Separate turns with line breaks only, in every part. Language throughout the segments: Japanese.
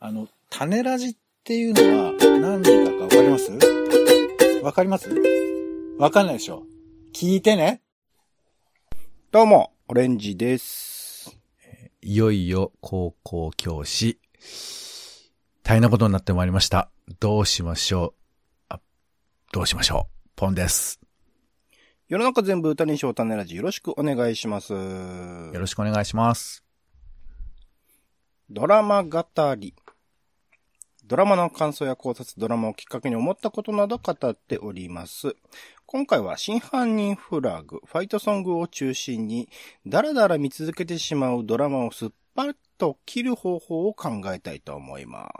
種ラジっていうのは何だかわかります？わかります？わかんないでしょ？聞いてね。
どうも、オレンジです。
いよいよ高校教師。大変なことになってまいりました。どうしましょう。どうしましょう。ポンです。
世の中全部歌にしよう種ラジよろしくお願いします。よ
ろしくお願いします。
ドラマ語り。ドラマの感想や考察、ドラマをきっかけに思ったことなど語っております。今回は真犯人フラグ、ファイトソングを中心に、だらだら見続けてしまうドラマをすっぱりと切る方法を考えたいと思います。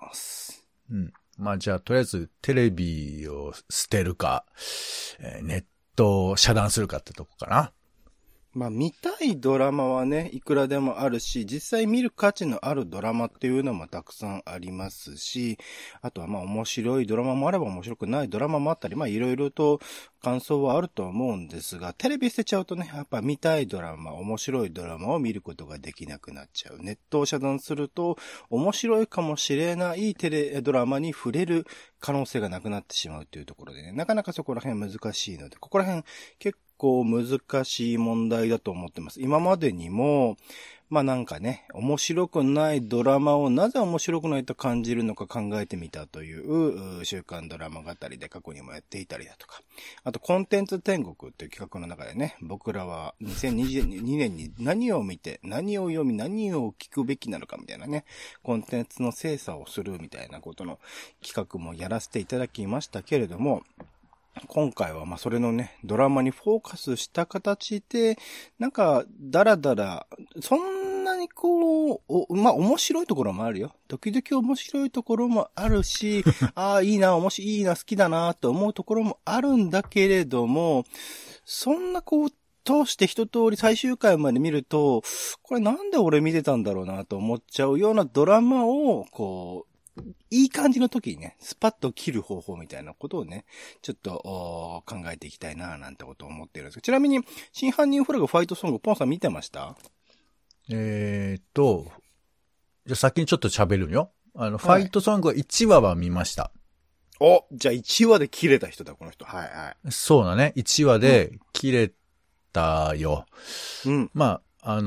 まあじゃあとりあえずテレビを捨てるか、ネットを遮断するかってとこかな。
まあ見たいドラマはね、いくらでもあるし、実際見る価値のあるドラマっていうのもたくさんありますし、あとはまあ面白いドラマもあれば面白くないドラマもあったり、まあいろいろと感想はあると思うんですが、テレビ捨てちゃうとね、やっぱ見たいドラマ、面白いドラマを見ることができなくなっちゃう。ネットを遮断すると、面白いかもしれないドラマに触れる可能性がなくなってしまうというところでね、なかなかそこら辺難しいので、ここら辺結構難しい問題だと思ってます。今までにも、まあなんかね、面白くないドラマをなぜ面白くないと感じるのか考えてみたという週刊ドラマ語りで過去にもやっていたりだとか。あとコンテンツ天国っていう企画の中でね、僕らは2022年に何を見て、何を読み、何を聞くべきなのかみたいなね、コンテンツの精査をするみたいなことの企画もやらせていただきましたけれども、今回はまあそれのね、ドラマにフォーカスした形で、なんか、だらだら、そんなにこう、まあ面白いところもあるよ。時々面白いところもあるし、いいな、好きだな、と思うところもあるんだけれども、そんなこう、通して一通り最終回まで見ると、これなんで俺見てたんだろうなと思っちゃうようなドラマを、こう、いい感じの時にね、スパッと切る方法みたいなことをね、ちょっと考えていきたいななんてことを思っているんですけど、ちなみに、真犯人フラグファイトソング、ポンさん見てました？
じゃあ先にちょっと喋るよ。ファイトソングは1話は見ました。
じゃあ1話で切れた人だ、この人。はいはい。
そうだね。1話で切れたよ。まあ、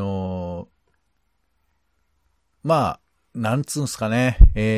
まあ、なんつうんすかね。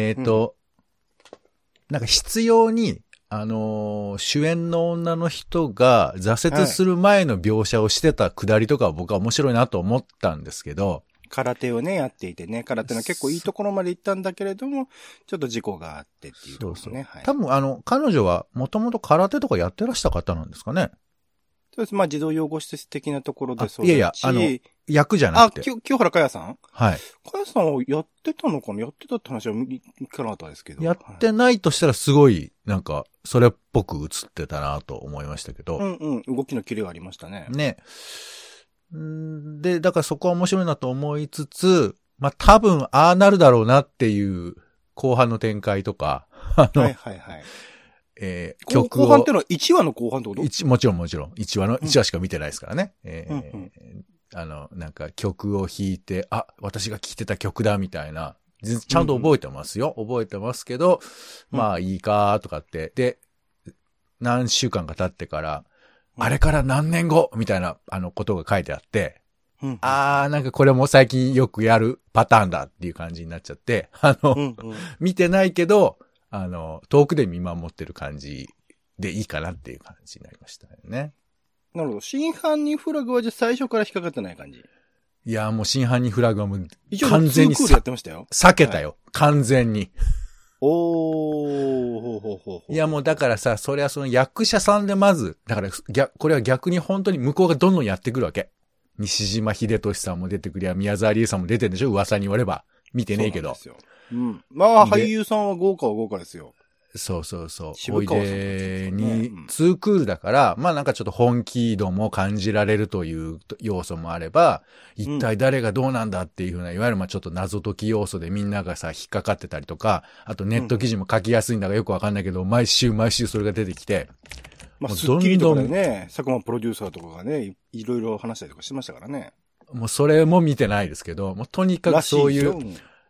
なんか必要に、主演の女の人が挫折する前の描写をしてたくだりとかは僕は面白いなと思ったんですけど。
空手をね、やっていてね、空手の結構いいところまで行ったんだけれども、ちょっと事故があってっていうところね。
はい、多分彼女はもともと空手とかやってらした方なんですかね。
そうです。まあ、児童養護施設的なところでそう
ですし。役じゃなくて。
清原かやさん？
はい。
かやさんはやってたのかな？やってたって話は聞かなかったですけど。
やってないとしたらすごい、なんか、それっぽく映ってたなと思いましたけど。
動きのキレがありましたね。
ね。で、だからそこは面白いなと思いつつ、まあ、多分、ああなるだろうなっていう後半の展開とか、
はいはいはい。
曲を。
後半ってのは1話の後半ってこと？
もちろん。1話しか見てないですからね。なんか曲を弾いて、私が聴いてた曲だみたいな、ちゃんと覚えてますよ。覚えてますけど、まあいいかとかって、で、何週間か経ってから、あれから何年後みたいな、ことが書いてあって、なんかこれも最近よくやるパターンだっていう感じになっちゃって、見てないけど、遠くで見守ってる感じでいいかなっていう感じになりましたよね。
なるほど。真犯人フラグはじゃあ最初から引っかかってない感じ？
いや、もう真犯人フラグはもう完全に
やってましたよ。
避けたよ。はい、完全に。
い
や、もうだからさ、それはその役者さんでまず、だからこれは逆に本当に向こうがどんどんやってくるわけ。西島秀俊さんも出てくりゃ、宮沢りえさんも出てるんでしょ？噂に言われば。見てねえけど。
まあ、俳優さんは豪華ですよ。
そう。
渋川さん、
に、ツークールだから、まあなんかちょっと本気度も感じられるという要素もあれば、一体誰がどうなんだっていうふうな、いわゆるまあちょっと謎解き要素でみんながさ、引っかかってたりとか、あとネット記事も書きやすいんだかよくわかんないけど、毎週それが出てきて、
まあ、スッキリとかでね、佐久間プロデューサーとかがね、いろいろ話したりとかしてましたからね。
もうそれも見てないですけど、もうとにかくそういう、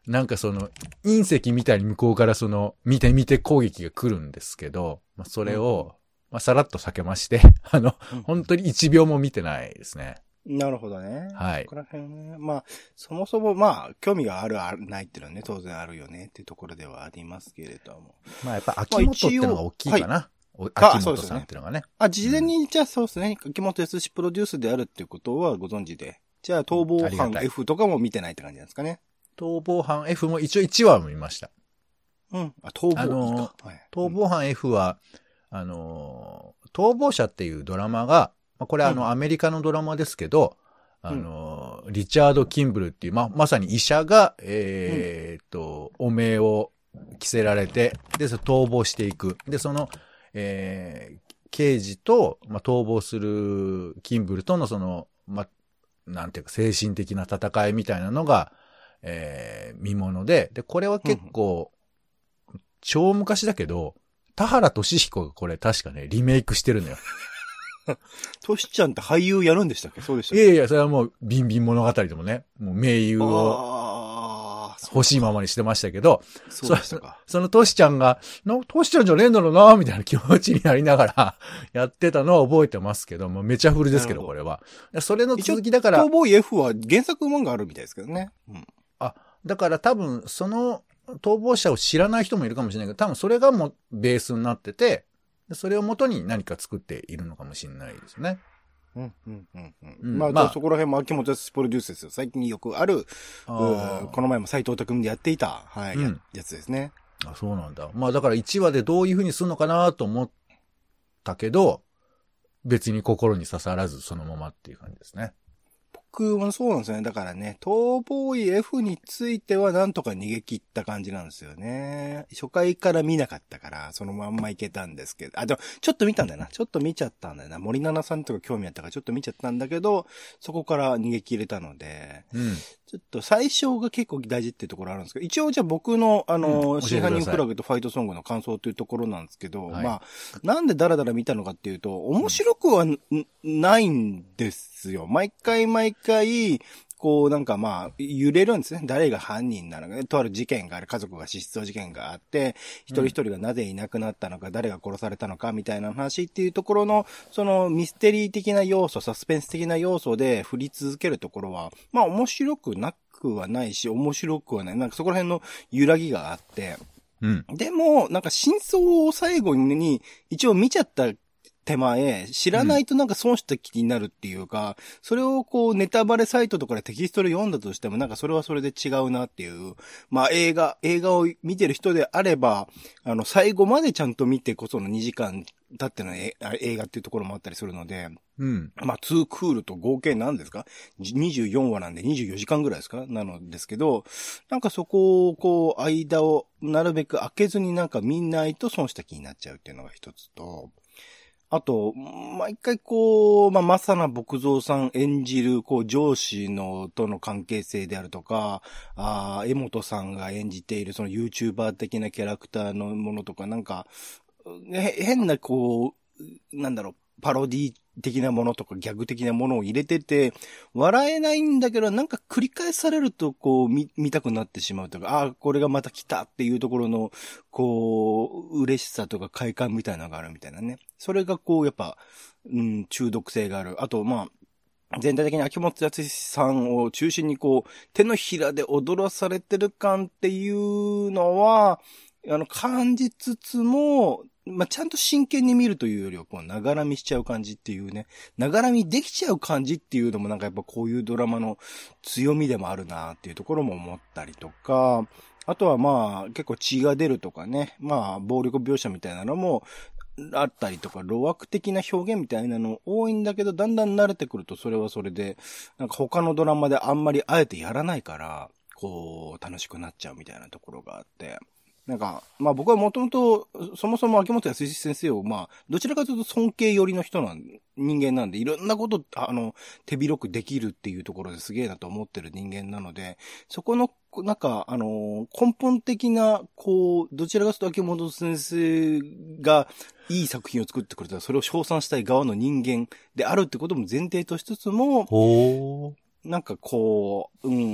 なんかその、隕石みたいに向こうからその、見て見て攻撃が来るんですけど、まあ、それを、まあ、さらっと避けまして、本当に1秒も見てないですね。
なるほどね。
はい。
ここら辺ね。まあ、そもそもまあ、興味がある、ないっていうのはね、当然あるよねっていうところではありますけれども。
まあやっぱ秋元っていうのが大きいかな。
はい、
秋元さんっていうのがね。
事前に、じゃあそうですね、秋元康プロデュースであるっていうことはご存知で。じゃあ、逃亡犯 F とかも見てないって感じなんですかね。
逃亡犯 F も一応1話も見ました。
うん。逃亡か。
逃亡犯 F は、逃亡者っていうドラマが、これアメリカのドラマですけど、リチャード・キンブルっていう、まさに医者が、汚名を着せられて、で、逃亡していく。で、その、刑事と、逃亡するキンブルとのなんていうか精神的な戦いみたいなのが、見もので、これは結構、超昔だけど、田原俊彦がこれ確かね、リメイクしてるのよ。
トシちゃんって俳優やるんでしたっけ？そうでしたっけ？
いやいや、それはもう、ビンビン物語でもね、もう名優を欲しいままにしてましたけど、
そうでしたか。
そのトシちゃんが、トシちゃんじゃねえんだろうな、みたいな気持ちになりながらやってたのは覚えてますけど、もうめちゃフルですけど、これは。それの続きだから。
逃亡 F は原作漫画あるみたいですけどね。うん。
だから多分、その逃亡者を知らない人もいるかもしれないけど、多分それがもうベースになってて、それを元に何か作っているのかもしれないですね。
まあ、そこら辺も秋元康プロデュースですよ。最近よくある、この前も斎藤匠でやっていた、はい、やつですね。
そうなんだ。まあだから1話でどういう風にするのかなと思ったけど、別に心に刺さらずそのままっていう感じですね。
僕もそうなんですよね。だからね、逃亡医 F についてはなんとか逃げ切った感じなんですよね。初回から見なかったから、そのまんまいけたんですけど、でも、ちょっと見たんだよな。ちょっと見ちゃったんだよな。森七菜さんとか興味あったからちょっと見ちゃったんだけど、そこから逃げ切れたので、ちょっと最初が結構大事っていうところあるんですけど、一応じゃあ僕の真犯人クラゲとファイトソングの感想というところなんですけど、まあ、なんでダラダラ見たのかっていうと、面白くはないんですよ。毎回、こうなんかまあ、揺れるんですね。誰が犯人なのかね。とある事件がある。家族が失踪事件があって、一人一人がなぜいなくなったのか、誰が殺されたのか、みたいな話っていうところの、そのミステリー的な要素、サスペンス的な要素で振り続けるところは、まあ面白くなくはないし、面白くはない。なんかそこら辺の揺らぎがあって、でも、なんか真相を最後に一応見ちゃった手前、知らないとなんか損した気になるっていうか、それをこうネタバレサイトとかでテキストで読んだとしてもなんかそれはそれで違うなっていう。まあ映画を見てる人であれば、最後までちゃんと見てこその2時間経っての映画っていうところもあったりするので、まあ2クールと合計なんですか ?24 話なんで24時間ぐらいですかなのですけど、なんかそこをこう間をなるべく開けずになんか見ないと損した気になっちゃうっていうのが一つと、あと、毎回こう、まさな牧蔵さん演じる、こう、上司との関係性であるとか、江本さんが演じているその YouTuber 的なキャラクターのものとか、なんか、変なこう、なんだろう、パロディ的なものとかギャグ的なものを入れてて、笑えないんだけど、なんか繰り返されると、こう、見たくなってしまうとか、これがまた来たっていうところの、こう、嬉しさとか快感みたいなのがあるみたいなね。それがこう、やっぱ、中毒性がある。あと、まあ、全体的に秋元康さんを中心にこう、手のひらで踊らされてる感っていうのは、感じつつも、まあ、ちゃんと真剣に見るというよりは、こう、ながら見しちゃう感じっていうね。ながら見できちゃう感じっていうのもなんかやっぱこういうドラマの強みでもあるなっていうところも思ったりとか、あとはまあ、結構血が出るとかね、まあ、暴力描写みたいなのもあったりとか、路悪的な表現みたいなの多いんだけど、だんだん慣れてくるとそれはそれで、なんか他のドラマであんまりあえてやらないから、こう、楽しくなっちゃうみたいなところがあって、なんか、まあ僕はもともと、そもそも秋元康先生を、まあ、どちらかというと尊敬寄りの人間なんで、いろんなこと、手広くできるっていうところですげえなと思ってる人間なので、そこの、なんか、根本的な、こう、どちらかというと秋元先生がいい作品を作ってくれたら、それを称賛したい側の人間であるってことも前提としつつも、なんかこう、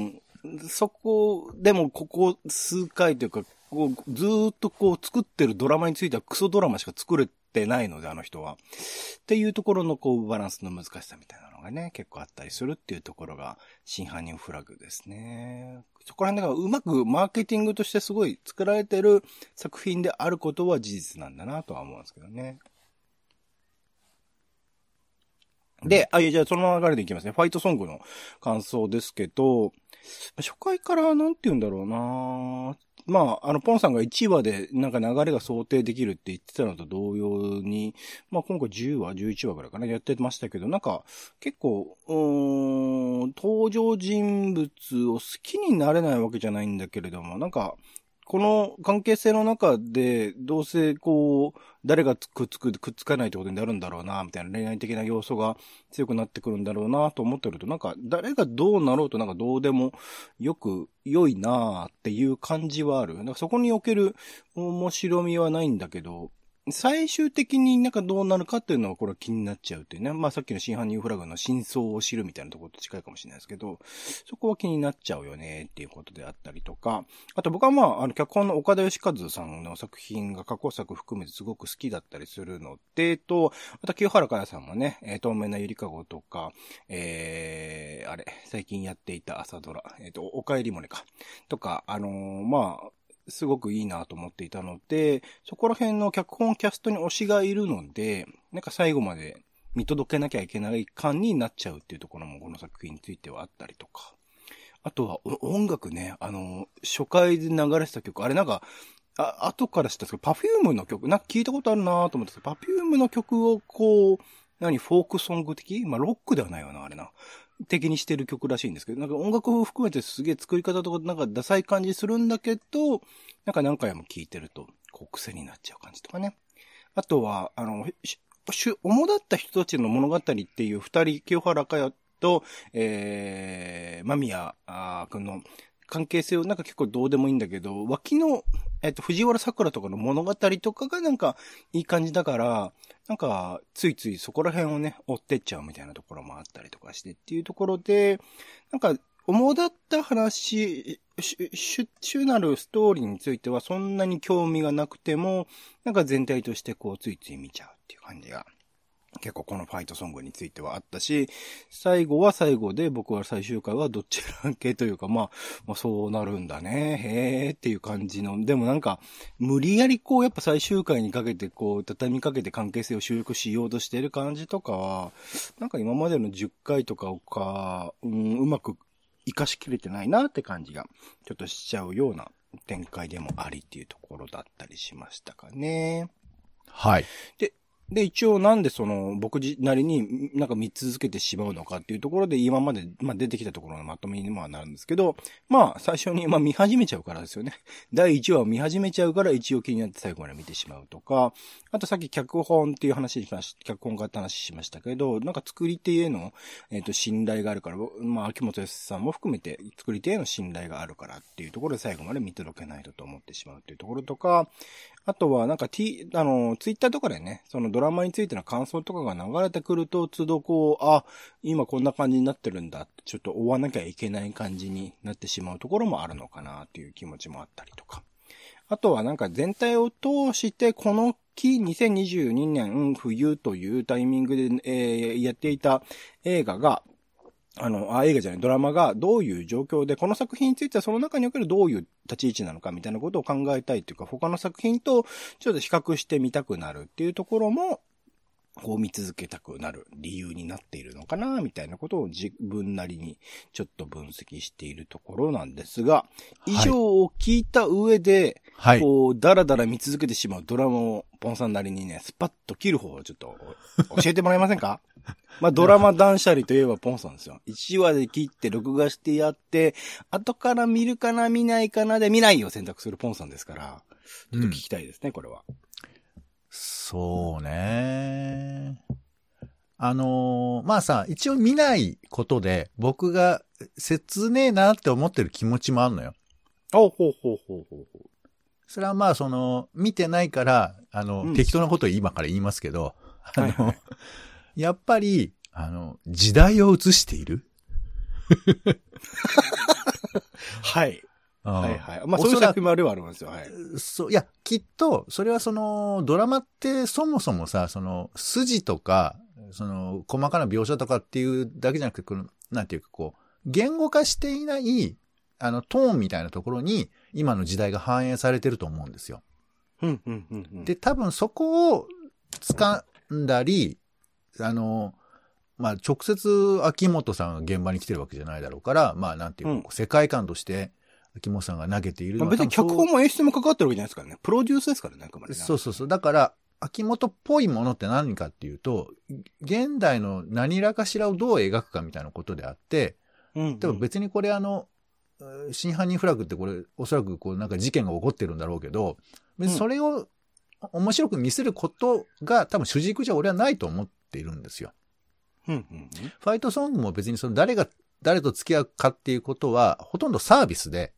そこでもここ数回というか、こうずーっとこう作ってるドラマについてはクソドラマしか作れてないので、あの人は。っていうところのこうバランスの難しさみたいなのがね、結構あったりするっていうところが真犯人フラグですね。そこら辺がうまくマーケティングとしてすごい作られてる作品であることは事実なんだなとは思うんですけどね。で、じゃあその流れでいきますね。ファイトソングの感想ですけど、初回からなんて言うんだろうな、まあ、ポンさんが1話でなんか流れが想定できるって言ってたのと同様に、まあ今回10話、11話ぐらいかな、やってましたけど、なんか結構、登場人物を好きになれないわけじゃないんだけれども、なんか、この関係性の中で、どうせこう、誰がくっつかないってことになるんだろうな、みたいな恋愛的な要素が強くなってくるんだろうな、と思ってると、なんか、誰がどうなろうとなんかどうでも良いなっていう感じはある。なんかそこにおける面白みはないんだけど、最終的になんかどうなるかっていうのはこれは気になっちゃうっていうね。まあさっきの真犯人フラグの真相を知るみたいなところと近いかもしれないですけど、そこは気になっちゃうよねっていうことであったりとか、あと僕はまあ脚本の岡田義和さんの作品が過去作含めてすごく好きだったりするので、あと清原果耶さんもね、透明なゆりかごとか、最近やっていた朝ドラ、おかえりもねか、とか、まあ、すごくいいなと思っていたので、そこら辺の脚本キャストに推しがいるので、なんか最後まで見届けなきゃいけない感になっちゃうっていうところもこの作品についてはあったりとか。あとは音楽ね、初回で流れてた曲、あれなんか、後から知ったんですけど、Perfume の曲、なんか聞いたことあるなと思って、Perfume の曲をこう、フォークソング的？まあ、ロックではないよな、あれな。的にしてる曲らしいんですけど、なんか音楽を含めてすげえ作り方とかなんかダサい感じするんだけど、なんか何回も聴いてると、こう癖になっちゃう感じとかね。あとは、主だった人たちの物語っていう二人、清原果耶と、間宮くんの関係性をなんか結構どうでもいいんだけど、脇の、藤原さくらとかの物語とかがなんかいい感じだから、なんかついついそこら辺をね、追ってっちゃうみたいなところもあったりとかしてっていうところで、なんか主だった話、主なるストーリーについてはそんなに興味がなくても、なんか全体としてこうついつい見ちゃうっていう感じが。結構このファイトソングについてはあったし、最後は最後で僕は最終回はどっちら系というか、まあそうなるんだね、へーっていう感じの、でもなんか無理やりこうやっぱ最終回にかけてこう畳みかけて関係性を修復しようとしてる感じとかは、なんか今までの10回とかうまく活かしきれてないなって感じがちょっとしちゃうような展開でもありっていうところだったりしましたかね。
はい。
で、一応なんで僕なりになんか見続けてしまうのかっていうところで今まで、出てきたところのまとめにもなるんですけど、最初に見始めちゃうからですよね。第1話を見始めちゃうから一応気になって最後まで見てしまうとか、あとさっき脚本っていう話脚本家って話しましたけど、なんか作り手への、信頼があるから、秋元康さんも含めて作り手への信頼があるからっていうところで最後まで見届けないと思ってしまうっていうところとか、あとはなんかツイッターとかでね、そのドラマについての感想とかが流れてくると、都度こう、今こんな感じになってるんだって、ちょっと追わなきゃいけない感じになってしまうところもあるのかなっていう気持ちもあったりとか。あとはなんか全体を通してこの2022年冬というタイミングで、やっていた映画が、ドラマがどういう状況で、この作品についてはその中におけるどういう立ち位置なのかみたいなことを考えたいというか、他の作品とちょっと比較してみたくなるっていうところも、こう見続けたくなる理由になっているのかな、みたいなことを自分なりにちょっと分析しているところなんですが、以上を聞いた上で、
はい、
こう、だらだら見続けてしまうドラマをポンさんなりにね、スパッと切る方をちょっと教えてもらえませんか？ドラマ断捨離といえばポンさんですよ。1話で切って録画してやって、後から見るかな見ないかなで見ないを選択するポンさんですから、ちょっと聞きたいですね、これは。
そうね。一応見ないことで、僕が切ねえなって思ってる気持ちもあるのよ。
ほう。
それは見てないから、適当なことを今から言いますけど、やっぱり、時代を映している
はい。
うん、
はいはい。まあそういう作品もあるはあるんですよ。はい。
そう、いや、きっと、それはドラマってそもそもさ、筋とか、細かな描写とかっていうだけじゃなくて、なんていうか言語化していない、トーンみたいなところに、今の時代が反映されてると思うんですよ。で、多分そこを掴んだり、まあ、直接秋元さんが現場に来てるわけじゃないだろうから、まあ、なんていうか、世界観として秋元さんが投げているのは、
別に脚本も演出も関わってるわけじゃないですからね。プロデュースですからね、あくまでね。
そう。だから、秋元っぽいものって何かっていうと、現代の何らかしらをどう描くかみたいなことであって、でも別にこれ真犯人フラグってこれ、おそらくなんか事件が起こってるんだろうけど、それを面白く見せることが多分主軸じゃ俺はないと思っているんですよ。ファイトソングも別に誰が誰と付き合うかっていうことはほとんどサービスで、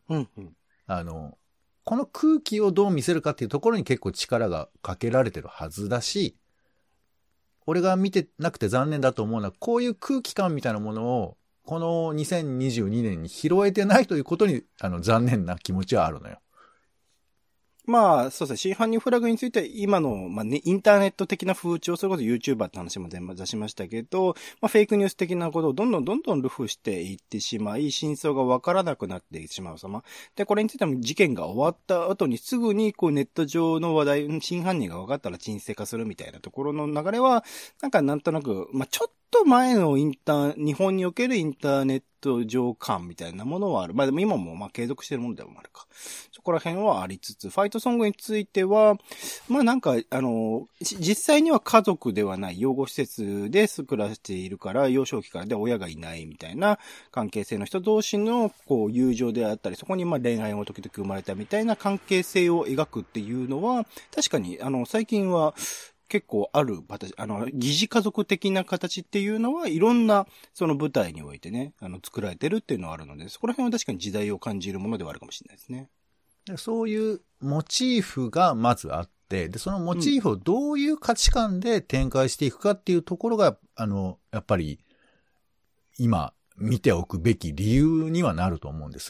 この空気をどう見せるかっていうところに結構力がかけられてるはずだし、俺が見てなくて残念だと思うのは、こういう空気感みたいなものを、この2022年に拾えてないということに、残念な気持ちはあるのよ。
まあ、そうですね。真犯人フラグについては、今の、まあね、インターネット的な風潮、それこそ YouTuber って話も全部出しましたけど、まあ、フェイクニュース的なことをどんどんルフしていってしまい、真相がわからなくなってしまう様。で、これについても事件が終わった後にすぐに、ネット上の話題、真犯人が分かったら沈静化するみたいなところの流れは、なんとなく、まあ、ちょっと前の日本におけるインターネット上感みたいなものはある。まあでも今も継続しているものでもあるか。そこら辺はありつつ、ファイトソングについては、まあ実際には家族ではない養護施設で暮らしているから、幼少期からで親がいないみたいな関係性の人同士の友情であったり、そこに恋愛も時々生まれたみたいな関係性を描くっていうのは、確かに最近は、結構ある形、疑似家族的な形っていうのは、いろんな、舞台においてね、作られてるっていうのはあるので、そこら辺は確かに時代を感じるものではあるかもしれないですね。
そういうモチーフがまずあって、で、そのモチーフをどういう価値観で展開していくかっていうところが、やっぱり、今、見ておくべき理由にはなると思うんです。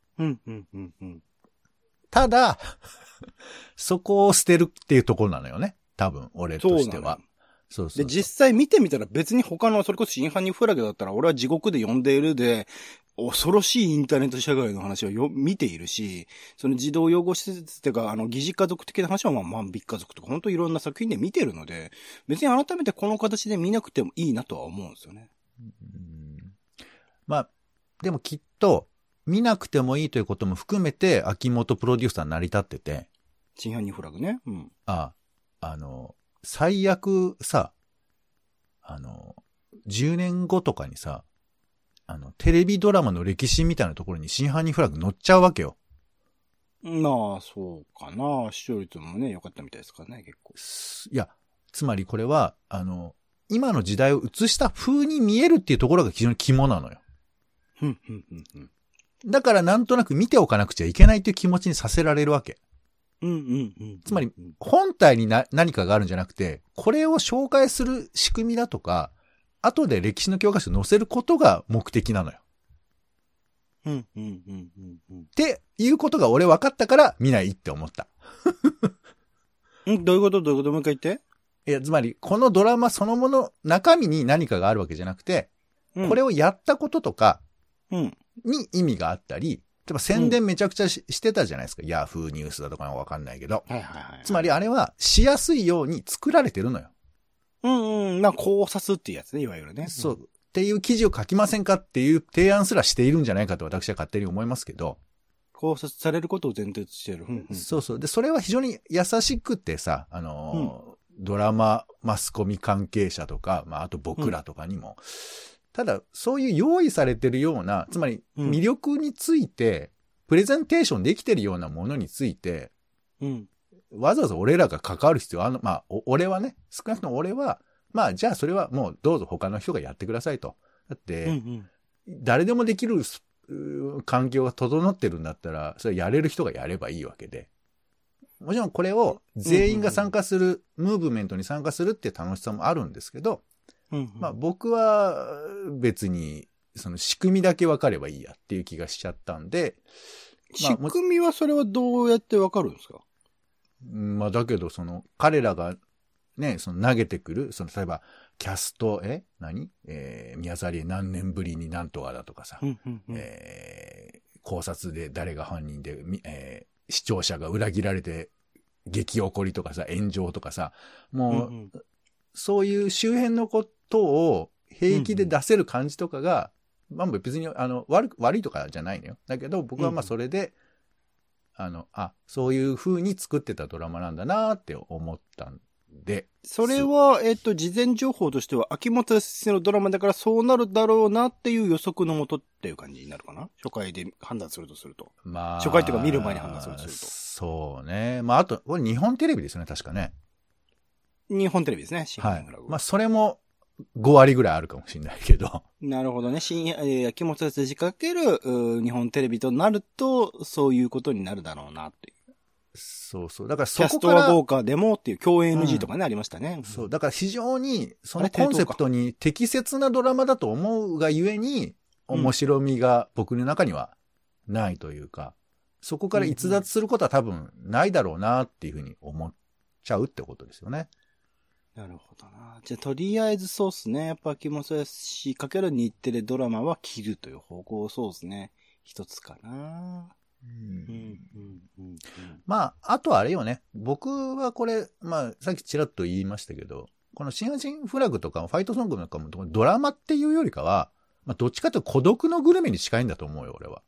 ただ、そこを捨てるっていうところなのよね。多分、俺としては。そう。
で、実際見てみたら別に他の、それこそ真犯人フラグだったら、俺は地獄で呼んでいるで、恐ろしいインターネット社会の話を見ているし、その児童養護施設っていうか、疑似家族的な話は万引き家族とか、本当いろんな作品で見てるので、別に改めてこの形で見なくてもいいなとは思うんですよね。
まあ、でもきっと、見なくてもいいということも含めて、秋元プロデューサー成り立ってて。
真犯人フラグね。
最悪さ、10年後とかにさ、テレビドラマの歴史みたいなところに真犯人フラグ載っちゃうわけよ。
まあ、そうかな。視聴率もね、良かったみたいですからね、結構。
いや、つまりこれは、今の時代を映した風に見えるっていうところが非常に肝なのよ。だからなんとなく見ておかなくちゃいけないという気持ちにさせられるわけ。つまり、本体に何かがあるんじゃなくて、これを紹介する仕組みだとか、後で歴史の教科書に載せることが目的なのよ。っていうことが俺分かったから見ないって思った。
どういうこともう一回言って。
いや、つまり、このドラマそのもの、中身に何かがあるわけじゃなくて、これをやったこととか、に意味があったり、例えば宣伝めちゃくちゃしてたじゃないですか。ヤフーニュースだとかわかんないけど。つまりあれはしやすいように作られてるのよ。
考察っていうやつね、いわゆるね。
そう。っていう記事を書きませんかっていう提案すらしているんじゃないかと私は勝手に思いますけど。
考察されることを前提としている。
そう。で、それは非常に優しくてさ、ドラマ、マスコミ関係者とか、あと僕らとかにも、ただ、そういう用意されてるような、つまり魅力について、プレゼンテーションできてるようなものについて、わざわざ俺らが関わる必要は、俺はね、少なくとも俺は、じゃあそれはもうどうぞ他の人がやってくださいと。だって、誰でもできる環境が整ってるんだったら、それやれる人がやればいいわけで。もちろんこれを全員が参加する、ムーブメントに参加するって楽しさもあるんですけど、僕は別にその仕組みだけ分かればいいやっていう気がしちゃったんで。
仕組みはそれはどうやって分かるんですか？
まあだけど、彼らがね、投げてくる、例えば、キャスト、宮沢りえ何年ぶりになんとかだとかさ、考察で誰が犯人で、視聴者が裏切られて激起こりとかさ、炎上とかさ、もう、そういう周辺のことを平気で出せる感じとかが、まあ別に、悪いとかじゃないのよ。だけど、僕はまあそれで、そういう風に作ってたドラマなんだなって思ったんで。
それは、事前情報としては、秋元先生のドラマだからそうなるだろうなっていう予測のもとっていう感じになるかな？初回で判断するとすると。まあ。初回っていうか見る前に判断するとすると。
そうね。まああと、これ日本テレビですよね、確かね。
日本テレビですね、新
はい。まあそれも5割ぐらいあるかもしれないけど。
なるほどね。秋元先生仕掛ける日本テレビとなると、そういうことになるだろうなっていう。
そうそう。だからそこから。
キャストは豪華でもっていう共演 NG とかね、ありましたね。
そう。だから非常に、そのコンセプトに適切なドラマだと思うがゆえに、面白みが僕の中にはないというか、そこから逸脱することは多分ないだろうなっていうふうに思っちゃうってことですよね。
なるほどな。じゃあとりあえずそうっすね。やっぱ秋元康×日テレドラマは切るという方向そうっすね。一つかな。
まあ、あとはあれよね。僕はこれ、まあ、さっきちらっと言いましたけど、この新アジンフラグとかファイトソングとかもドラマっていうよりかは、まあ、どっちかというと孤独のグルメに近いんだと思うよ、俺は。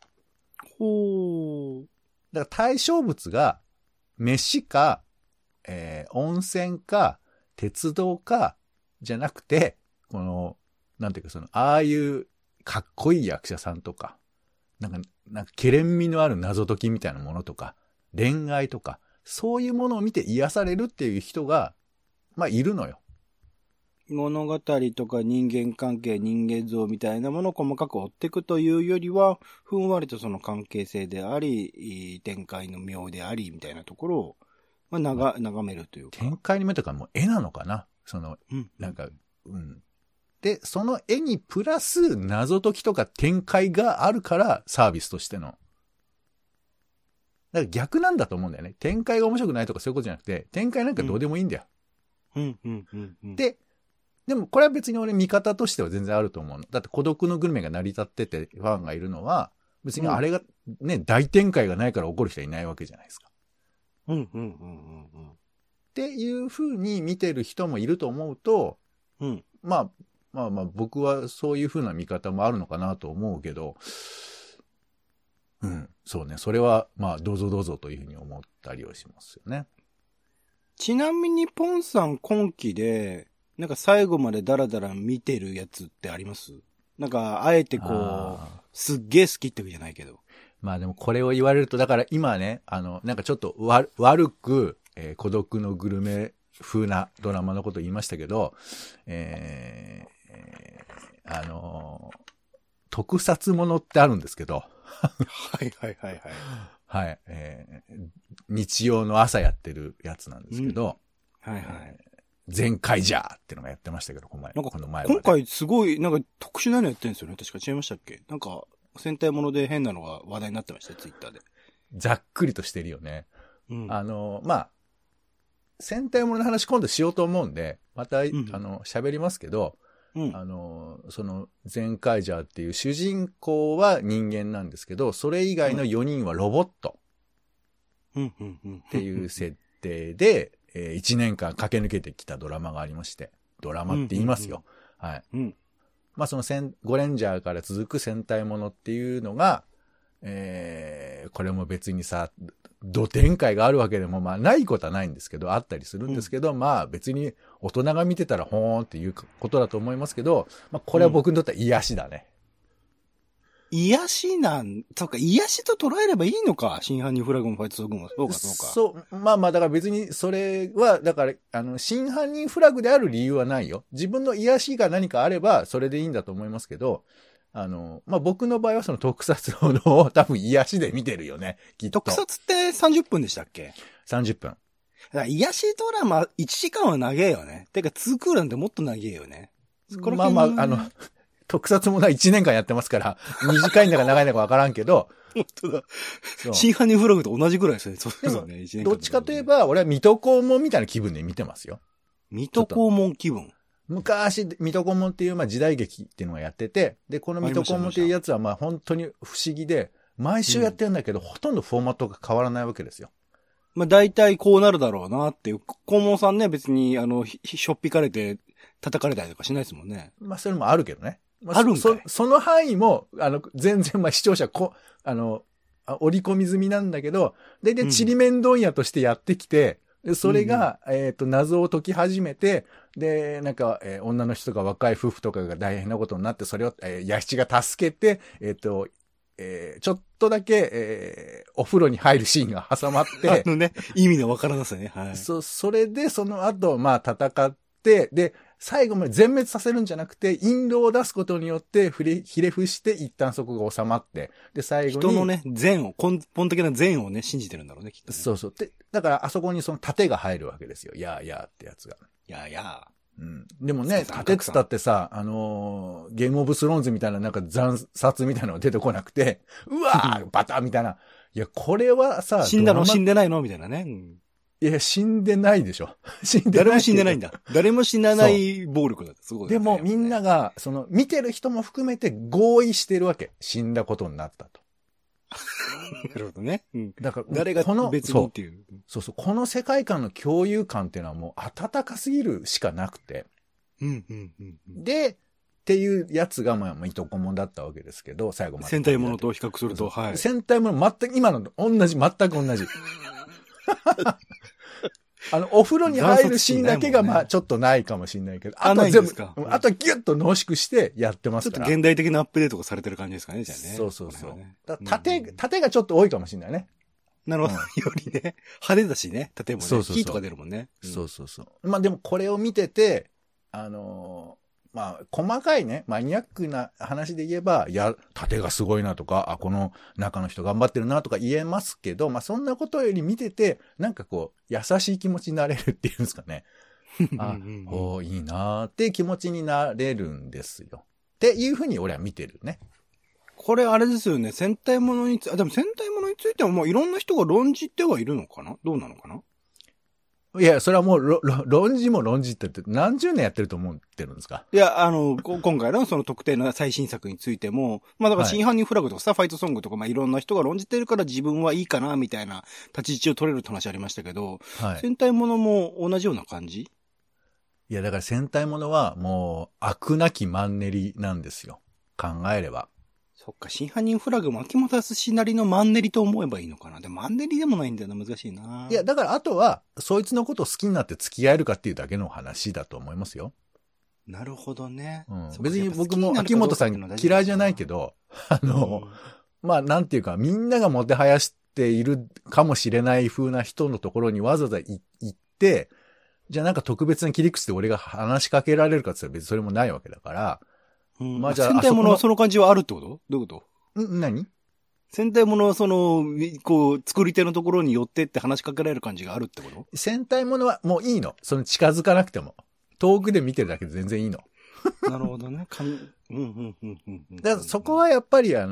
ほー。
だから対象物が、飯か、温泉か、鉄道か、じゃなくて、なんていうかああいうかっこいい役者さんとか、なんか、ケレン味のある謎解きみたいなものとか、恋愛とか、そういうものを見て癒されるっていう人が、まあ、いるのよ。
物語とか人間関係、人間像みたいなものを細かく追っていくというよりは、ふんわりとその関係性であり、展開の妙であり、みたいなところを、まあ、眺めるというか。
展開の目とかもう絵なのかな？なんか、で、その絵にプラス謎解きとか展開があるからサービスとしての。だから逆なんだと思うんだよね。展開が面白くないとかそういうことじゃなくて、展開なんかどうでもいいんだよ。でもこれは別に俺見方としては全然あると思うの。だって孤独のグルメが成り立っててファンがいるのは、別にあれがね、大展開がないから怒る人はいないわけじゃないですか。っていう風に見てる人もいると思うと、まあ僕はそういう風な見方もあるのかなと思うけど、そうね。それはまあどうぞどうぞという風に思ったりはしますよね。
ちなみにポンさん今期で、なんか最後までダラダラ見てるやつってあります？なんかあえてすっげえ好きってわけじゃないけど。
まあでもこれを言われると、だから今ね、なんかちょっと悪く、孤独のグルメ風なドラマのこと言いましたけど、特撮ものってあるんですけど。
はい。
はい。日曜の朝やってるやつなんですけど、全開じゃーってのがやってましたけど、この前
今回すごい、なんか特殊なのやってるんですよね。確か違いましたっけ？なんか、戦隊もので変なのが話題になってましたよ、ツイッターで。
ざっくりとしてるよね。まあ、戦隊ものの話今度しようと思うんで、また、喋りますけど、その、ゼンカイジャーっていう主人公は人間なんですけど、それ以外の4人はロボット。っていう設定で、1年間駆け抜けてきたドラマがありまして、ドラマって言いますよ。はい。まあそのゴレンジャーから続く戦隊ものっていうのが、これも別にさ、ど展開があるわけでも、まあないことはないんですけど、あったりするんですけど、まあ別に大人が見てたらほーんっていうことだと思いますけど、まあこれは僕にとっては癒しだね。
癒しそうか、癒しと捉えればいいのか。真犯人フラグもファイトソングも。そうか。
そう、まあだから別にそれは、だから、真犯人フラグである理由はないよ。自分の癒しが何かあれば、それでいいんだと思いますけど、まあ僕の場合はその特撮ものを多分癒しで見てるよね。きっと。
特撮って30分でしたっけ？
30分。
だから癒しドラマ1時間は長えよね。てか2クールなんてもっと長えよね。
まあ特撮ものは1年間やってますから、短いんだか長いんだかわからんけど、
本当だ。真犯人フラグと同じぐらいですね。そうですね。1年間。
どっちかといえば、俺は水戸黄門みたいな気分で見てますよ。
水戸黄門気分。
昔、水戸黄門っていう時代劇っていうのをやってて、で、この水戸黄門っていうやつは本当に不思議で、毎週やってるんだけど、ほとんどフォーマットが変わらないわけですよ。
大体こうなるだろうなっていう。黄門さんね、別に、しょっぴかれて、叩かれたりとかしないですもんね。
それもあるけどね。
あるんかい。
その範囲も、全然、視聴者織り込み済みなんだけど、で、ちりめん問屋としてやってきて、それが、謎を解き始めて、で、女の人とか若い夫婦とかが大変なことになって、それを、弥七が助けて、ちょっとだけ、お風呂に入るシーンが挟まって、
意味のわからなさね。はい。
それで、その後、戦って、で、最後まで全滅させるんじゃなくて、引導を出すことによって、ひれ伏して、一旦そこが収まって、で、最後に。
人のね、根本的な善をね、信じてるんだろうね、きっと、ね。
そうそう。で、だから、あそこにその盾が入るわけですよ。やーってやつが。
やー。
うん。でもね、盾つったってさ、ゲームオブスローンズみたいな惨殺みたいなのが出てこなくて、うわーバターみたいな。いや、これはさ、
死んだの死んでないのみたいなね。
いや、死んでないでしょ。
誰も死んでないんだ。誰も死なない暴力だ。すごい。
でもみんなが、見てる人も含めて合意してるわけ。死んだことになったと。
なるほどね。
だから、
誰が別にっていう。
そう。この世界観の共有感っていうのはもう温かすぎるしかなくて。で、っていうやつが、水戸黄門だったわけですけど、最後まで。
戦隊ものと比較すると、はい。
戦隊もの全く、今のと全く同じ。お風呂に入るシーンだけが、ちょっとないかもしれないけど、あとは全部、あとはギュッと濃縮してやってますから。
ちょっと現代的なアップデートがされてる感じですかね、じゃあね。
そう。縦がちょっと多いかもしれないね。
なるほど。よりね、派手だしね、縦もね。火とか出るもんね。
そう。でもこれを見てて、細かいね、マニアックな話で言えば、盾がすごいなとか、この中の人頑張ってるなとか言えますけど、そんなことより見てて、優しい気持ちになれるっていうんですかね。いいなーって気持ちになれるんですよ。っていうふうに俺は見てるね。
これあれですよね、戦隊ものについてはもういろんな人が論じてはいるのかな？どうなのかな？
いや、それはもう、論じって何十年やってると思ってるんですか？
いや、今回のその特定の最新作についても、だから真犯人フラグとかさ、ファイトソングとか、いろんな人が論じてるから自分はいいかな、みたいな立ち位置を取れるって話ありましたけど、戦隊ものも同じような感じ？
いや、だから戦隊ものはもう、悪なきマンネリなんですよ。考えれば。
そっか、真犯人フラグも秋元康なりのマンネリと思えばいいのかな。でもマンネリでもないんだよな、難しいな。
いや、だからあとは、そいつのことを好きになって付き合えるかっていうだけの話だと思いますよ。
なるほどね。
別に僕も秋元さん嫌いじゃないけど、なんていうか、みんながもてはやしているかもしれない風な人のところにわざわざ行って、じゃあ特別な切り口で俺が話しかけられるかって言ったら別にそれもないわけだから、
じゃあ、戦隊ものはその感じはあるってこと？どういうこと？
何？
戦隊ものは作り手のところに寄ってって話しかけられる感じがあるってこと？
戦隊ものはもういいの。近づかなくても。遠くで見てるだけで全然いいの。
なるほどね。
だからそこはやっぱりだ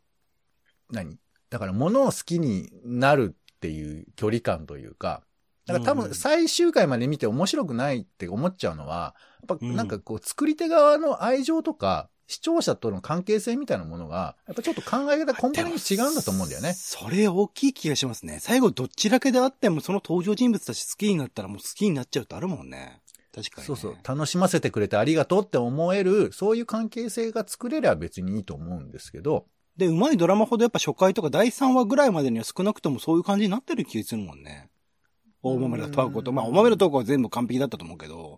から物を好きになるっていう距離感というか、だから多分最終回まで見て面白くないって思っちゃうのは、やっぱ作り手側の愛情とか、視聴者との関係性みたいなものが、やっぱちょっと考え方根本的に違うんだと思うんだよね。
それ大きい気がしますね。最後どっちだけであってもその登場人物たち好きになったらもう好きになっちゃうってあるもんね。確かに、ね。そう。
楽しませてくれてありがとうって思える、そういう関係性が作れれば別にいいと思うんですけど。
で、うまいドラマほどやっぱ初回とか第3話ぐらいまでには少なくともそういう感じになってる気がするもんね。大豆田十和子と、大豆田十和子は全部完璧だったと思うけど。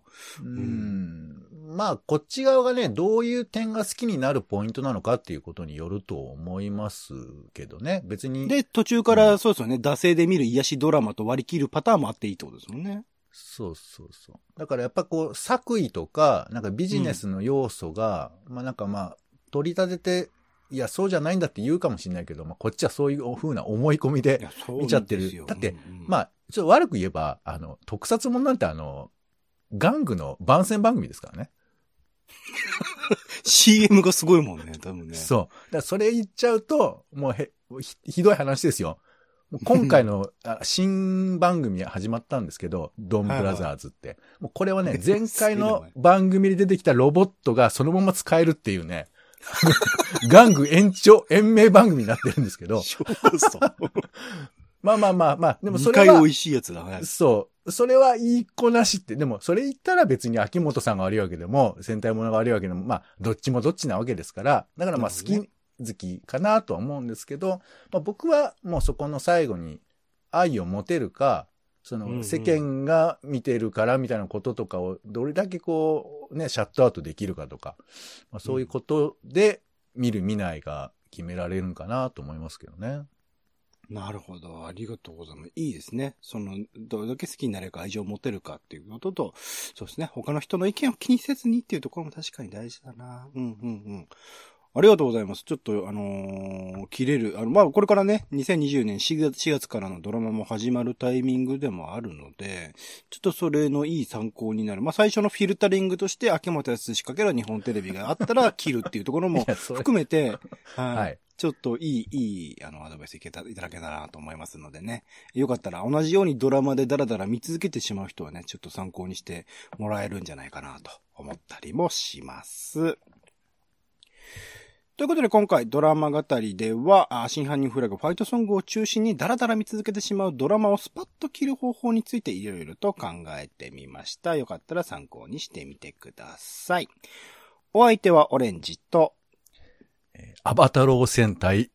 こっち側がね、どういう点が好きになるポイントなのかっていうことによると思いますけどね、別に。
で、途中からそうですよね、惰性で見る癒しドラマと割り切るパターンもあっていいってことですもんね。
そう。だからやっぱ作為とか、ビジネスの要素が、取り立てて、いや、そうじゃないんだって言うかもしれないけど、こっちはそういう風な思い込みで見ちゃってる。だって、ちょっと悪く言えば、特撮もんなんて玩具の番宣番組ですからね。
CM がすごいもんね、多分ね。
そう。だからそれ言っちゃうと、もうひどい話ですよ。もう今回の新番組始まったんですけど、ドンブラザーズって。もうこれはね、前回の番組で出てきたロボットがそのまま使えるっていうね、玩具延命番組になってるんですけど。まあ、でもそれは。
2回美味しいやつだね。
そう。それはいい子なしって、でもそれ言ったら別に秋元さんが悪いわけでも、戦隊ものが悪いわけでも、まあ、どっちもどっちなわけですから、だからまあ好き好きかなとは思うんですけど、まあ、僕はもうそこの最後に愛を持てるか、その世間が見てるからみたいなこととかをどれだけこうね、シャットアウトできるかとか、まあ、そういうことで見る見ないが決められるんかなと思いますけどね。
なるほど。ありがとうございます。いいですね。どれだけ好きになれるか愛情を持てるかっていうことと、そうですね。他の人の意見を気にせずにっていうところも確かに大事だな。ありがとうございます。ちょっと、切れる。まあ、これからね、2020年4月からのドラマも始まるタイミングでもあるので、ちょっとそれのいい参考になる。まあ、最初のフィルタリングとして、秋元康かける日本テレビがあったら切るっていうところも含めて、はい。ちょっといい、アドバイスいただけたらなと思いますのでね。よかったら同じようにドラマでダラダラ見続けてしまう人はね、ちょっと参考にしてもらえるんじゃないかなと思ったりもします。ということで今回ドラマ語りでは、真犯人フラグファイトソングを中心にダラダラ見続けてしまうドラマをスパッと切る方法についていろいろと考えてみました。よかったら参考にしてみてください。お相手はオレンジと、
アバタロー戦隊、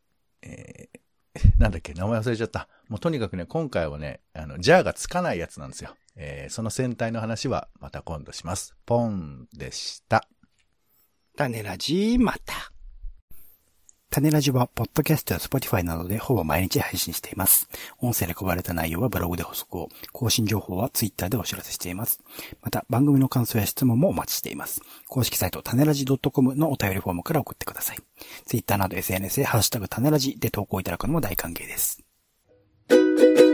なんだっけ、名前忘れちゃった。もうとにかくね、今回はね、ジャーがつかないやつなんですよ。その戦隊の話はまた今度します。ポンでした。
種ラジまた。
種ラジは、ポッドキャストや Spotify などでほぼ毎日配信しています。音声で配られた内容はブログで補足を、更新情報は Twitter でお知らせしています。また、番組の感想や質問もお待ちしています。公式サイト、種ラジ .com のお便りフォームから送ってください。Twitter など SNS でハッシュタグ種ラジで投稿いただくのも大歓迎です。